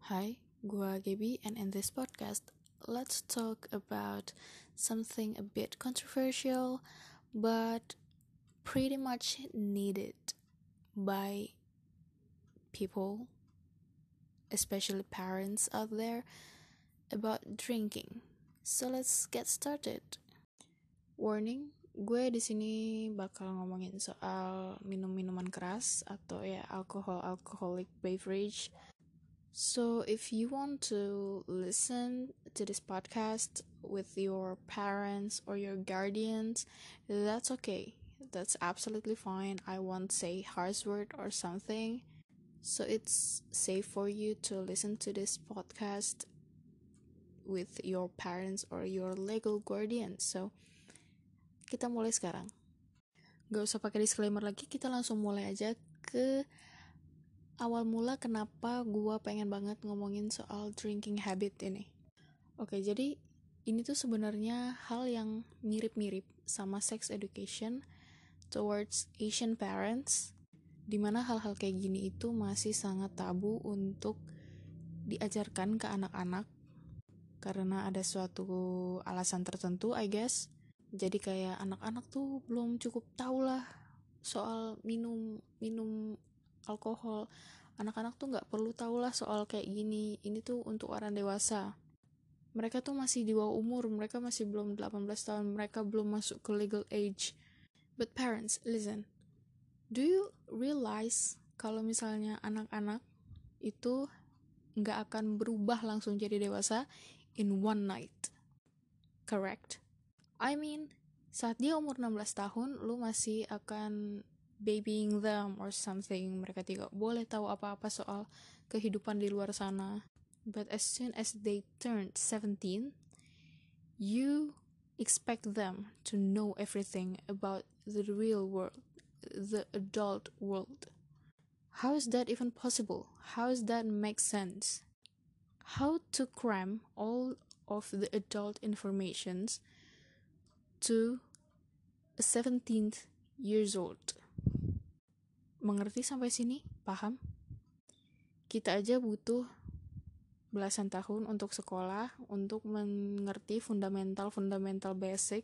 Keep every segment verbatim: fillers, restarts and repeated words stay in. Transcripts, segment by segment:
Hi, gua Gaby, and in this podcast, let's talk about something a bit controversial, but pretty much needed by people, especially parents out there, about drinking. So let's get started. Warning, gue di sini bakal ngomongin soal minum-minuman keras atau ya alkohol alcoholic beverage. So if you want to listen to this podcast with your parents or your guardians, that's okay. That's absolutely fine. I won't say harsh word or something. So it's safe for you to listen to this podcast with your parents or your legal guardian. So kita mulai sekarang. Gak usah pakai disclaimer lagi, kita langsung mulai aja ke awal mula kenapa gue pengen banget ngomongin soal drinking habit ini. Oke, jadi ini tuh sebenarnya hal yang mirip-mirip sama sex education towards Asian parents, dimana hal-hal kayak gini itu masih sangat tabu untuk diajarkan ke anak-anak karena ada suatu alasan tertentu, I guess. Jadi kayak anak-anak tuh belum cukup tahu lah soal minum minum alkohol. Anak-anak tuh nggak perlu tahu lah soal kayak gini. Ini tuh untuk orang dewasa. Mereka tuh masih di bawah umur. Mereka masih belum delapan belas tahun. Mereka belum masuk ke legal age. But parents, listen. Do you realize kalau misalnya anak-anak itu nggak akan berubah langsung jadi dewasa in one night? Correct? I mean, saat dia umur enam belas tahun, lu masih akan babying them or something. Mereka tidak boleh tahu apa-apa soal kehidupan di luar sana. But as soon as they turn seventeen, you expect them to know everything about the real world, the adult world. How is that even possible? How does that make sense? How to cram all of the adult informations to a seventeenth years old. Mengerti sampai sini? Paham? Kita aja butuh belasan tahun untuk sekolah, untuk mengerti fundamental-fundamental basic,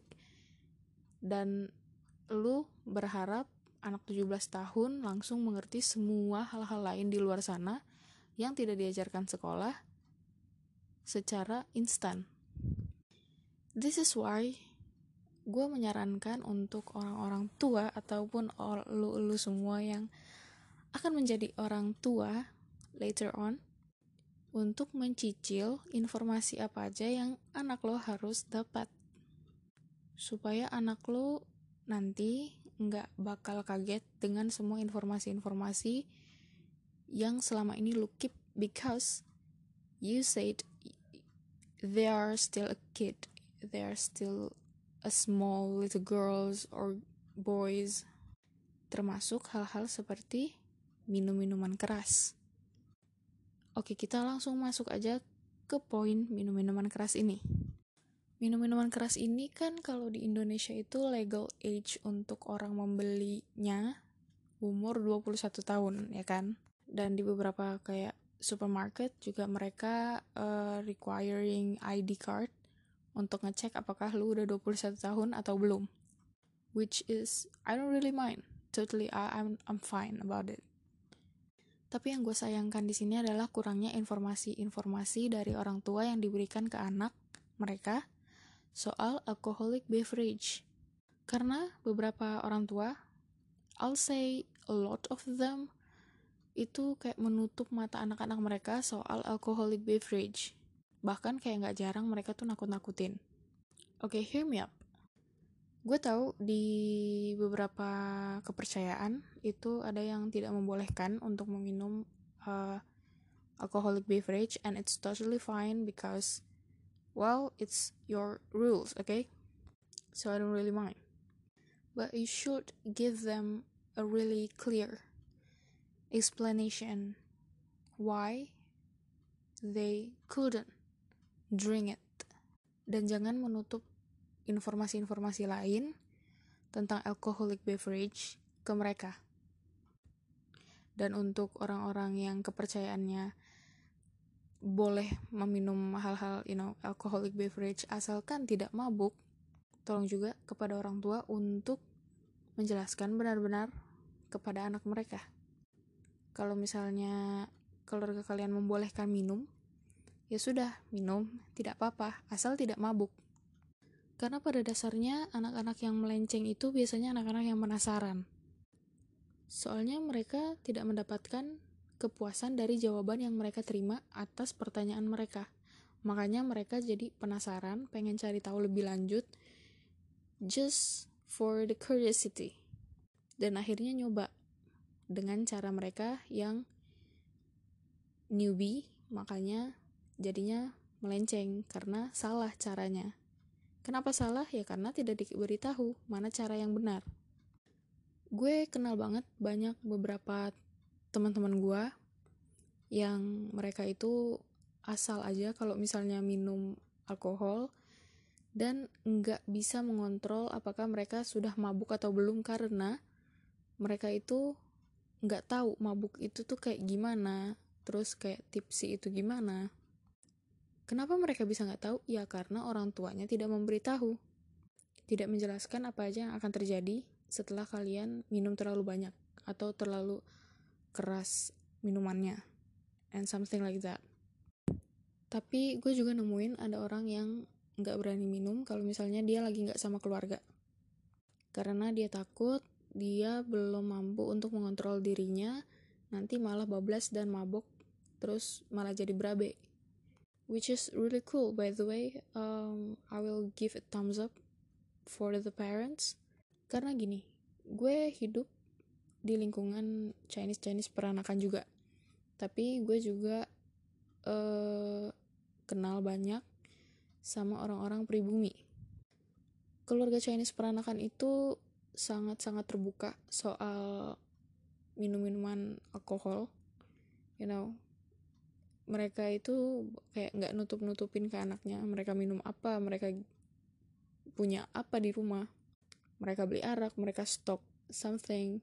dan lu berharap anak tujuh belas tahun langsung mengerti semua hal-hal lain di luar sana yang tidak diajarkan sekolah secara instan. This is why gue menyarankan untuk orang-orang tua ataupun lu-lu semua yang akan menjadi orang tua later on untuk mencicil informasi apa aja yang anak lo harus dapat supaya anak lo nanti nggak bakal kaget dengan semua informasi-informasi yang selama ini lo keep because you said they are still a kid, they are still a small little girls or boys, termasuk hal-hal seperti minum-minuman keras. Oke, kita langsung masuk aja ke poin minum-minuman keras ini. Minum-minuman keras ini kan kalau di Indonesia itu legal age untuk orang membelinya umur dua puluh satu tahun, ya kan? Dan di beberapa kayak supermarket juga mereka uh, requiring I D card untuk ngecek apakah lu udah dua puluh satu tahun atau belum. Which is, I don't really mind. Totally, I, I'm I'm fine about it. Tapi yang gue sayangkan di sini adalah kurangnya informasi-informasi dari orang tua yang diberikan ke anak mereka soal alcoholic beverage. Karena beberapa orang tua, I'll say a lot of them, itu kayak menutup mata anak-anak mereka soal alcoholic beverage. Bahkan kayak gak jarang mereka tuh nakut-nakutin. Oke, okay, hear me up. Gue tahu di beberapa kepercayaan itu ada yang tidak membolehkan untuk meminum uh, alcoholic beverage, and it's totally fine because, well, it's your rules, okay? So I don't really mind. But you should give them a really clear explanation why they couldn't drink it. Dan jangan menutup informasi-informasi lain tentang alcoholic beverage ke mereka. Dan untuk orang-orang yang kepercayaannya boleh meminum hal-hal, you know, alcoholic beverage asalkan tidak mabuk. Tolong juga kepada orang tua untuk menjelaskan benar-benar kepada anak mereka. Kalau misalnya keluarga kalian membolehkan minum, ya sudah, minum, tidak apa-apa, asal tidak mabuk. Karena pada dasarnya anak-anak yang melenceng itu biasanya anak-anak yang penasaran. Soalnya mereka tidak mendapatkan kepuasan dari jawaban yang mereka terima atas pertanyaan mereka. Makanya mereka jadi penasaran, pengen cari tahu lebih lanjut, just for the curiosity. Dan akhirnya nyoba dengan cara mereka yang newbie, makanya jadinya melenceng karena salah caranya. Kenapa salah? Ya karena tidak diberitahu mana cara yang benar. Gue kenal banget banyak beberapa teman-teman gue yang mereka itu asal aja kalau misalnya minum alkohol dan nggak bisa mengontrol apakah mereka sudah mabuk atau belum karena mereka itu nggak tahu mabuk itu tuh kayak gimana, terus kayak tipsi itu gimana. Kenapa mereka bisa nggak tahu? Ya karena orang tuanya tidak memberitahu, tidak menjelaskan apa aja yang akan terjadi setelah kalian minum terlalu banyak atau terlalu keras minumannya, and something like that. Tapi gue juga nemuin ada orang yang nggak berani minum kalau misalnya dia lagi nggak sama keluarga, karena dia takut dia belum mampu untuk mengontrol dirinya, nanti malah bablas dan mabok, terus malah jadi berabe. Which is really cool, by the way. Um, I will give a thumbs up for the parents. Karena gini, gue hidup di lingkungan Chinese-Chinese peranakan juga. Tapi gue juga uh, kenal banyak sama orang-orang pribumi. Keluarga Chinese peranakan itu sangat-sangat terbuka soal minum-minuman alkohol. You know, mereka itu kayak nggak nutup-nutupin ke anaknya mereka minum apa, mereka punya apa di rumah, mereka beli arak, mereka stok something.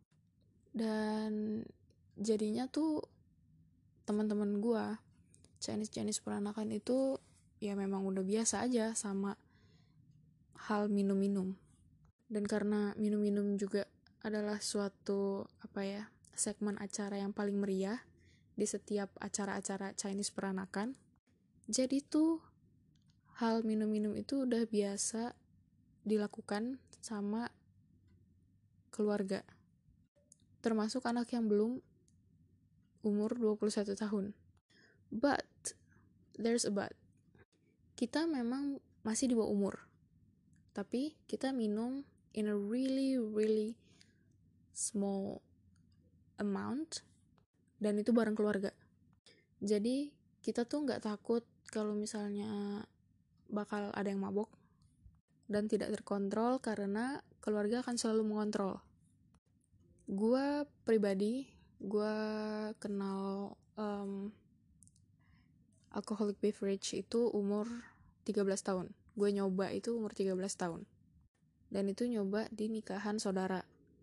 Dan jadinya tuh teman-teman gue Chinese-Chinese peranakan itu ya memang udah biasa aja sama hal minum-minum. Dan karena minum-minum juga adalah suatu apa ya segmen acara yang paling meriah di setiap acara-acara Chinese peranakan, jadi tuh hal minum-minum itu udah biasa dilakukan sama keluarga, termasuk anak yang belum umur dua puluh satu tahun. But there's a but. Kita memang masih di bawah umur, tapi kita minum in a really really small amount, dan itu bareng keluarga. Jadi kita tuh nggak takut kalau misalnya bakal ada yang mabok dan tidak terkontrol karena keluarga akan selalu mengontrol. Gue pribadi, gue kenal um, alcoholic beverage itu umur tiga belas tahun. Gue nyoba itu umur tiga belas tahun. Dan itu nyoba di nikahan saudara.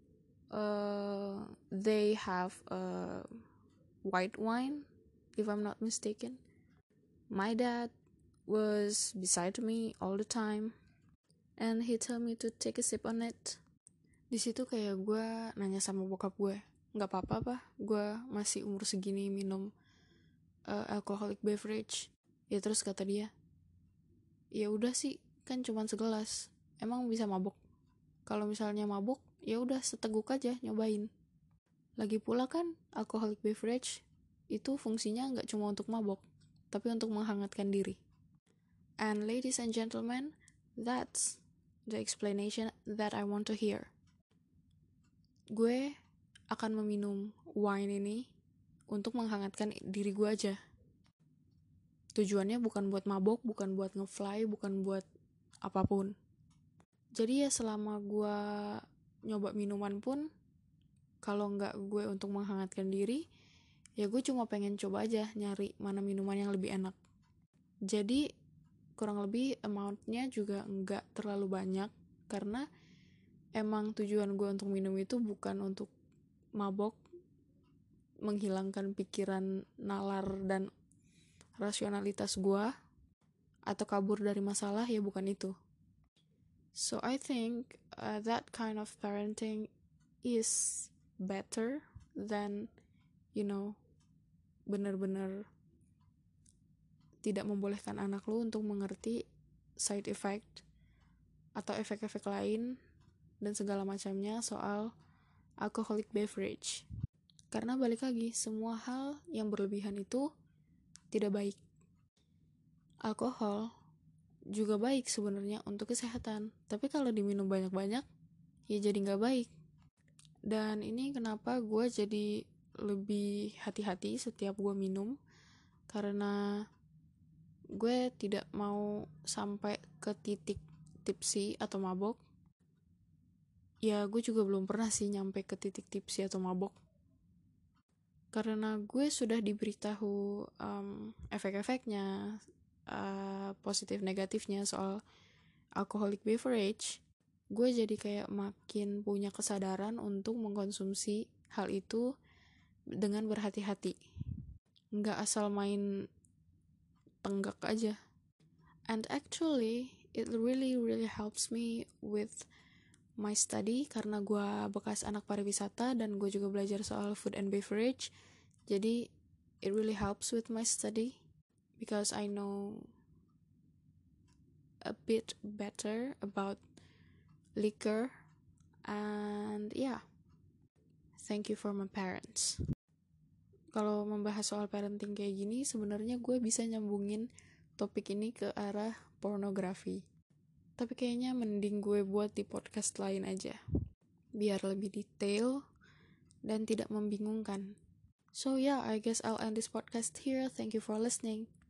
Uh, they have a white wine, if I'm not mistaken. My dad was beside me all the time, and he told me to take a sip on it. Di situ kayak gue nanya sama bokap gue, nggak apa-apa apa, gue masih umur segini minum uh, alcoholic beverage. Ya terus kata dia, ya udah sih, kan cuma segelas, emang bisa mabuk. Kalau misalnya mabuk, ya udah seteguk aja nyobain. Lagi pula kan alcoholic beverage itu fungsinya nggak cuma untuk mabok, tapi untuk menghangatkan diri. And ladies and gentlemen, that's the explanation that I want to hear. Gue akan meminum wine ini untuk menghangatkan diri gue aja. Tujuannya bukan buat mabok, bukan buat ngefly, bukan buat apapun. Jadi ya selama gue nyoba minuman pun, kalau nggak gue untuk menghangatkan diri, ya gue cuma pengen coba aja nyari mana minuman yang lebih enak. Jadi kurang lebih amount-nya juga nggak terlalu banyak, karena emang tujuan gue untuk minum itu bukan untuk mabok, menghilangkan pikiran nalar dan rasionalitas gue atau kabur dari masalah, ya bukan itu. So I think uh, that kind of parenting is better than, you know, benar-benar tidak membolehkan anak lu untuk mengerti side effect atau efek-efek lain dan segala macamnya soal alcoholic beverage. Karena balik lagi, semua hal yang berlebihan itu tidak baik. Alkohol juga baik sebenarnya untuk kesehatan, tapi kalau diminum banyak-banyak ya jadi nggak baik. Dan ini kenapa gue jadi lebih hati-hati setiap gue minum, karena gue tidak mau sampai ke titik tipsi atau mabok. Ya gue juga belum pernah sih nyampe ke titik tipsi atau mabok, karena gue sudah diberitahu um, efek-efeknya, uh, positif negatifnya soal alcoholic beverage. Gue jadi kayak makin punya kesadaran untuk mengkonsumsi hal itu dengan berhati-hati, nggak asal main tenggak aja. And actually it really really helps me with my study, karena gue bekas anak pariwisata dan gue juga belajar soal food and beverage. Jadi it really helps with my study because I know a bit better about liquor. And yeah, thank you for my parents. Kalau membahas soal parenting kayak gini, sebenarnya gue bisa nyambungin topik ini ke arah pornografi. Tapi kayaknya mending gue buat di podcast lain aja, biar lebih detail dan tidak membingungkan. So yeah, I guess I'll end this podcast here. Thank you for listening.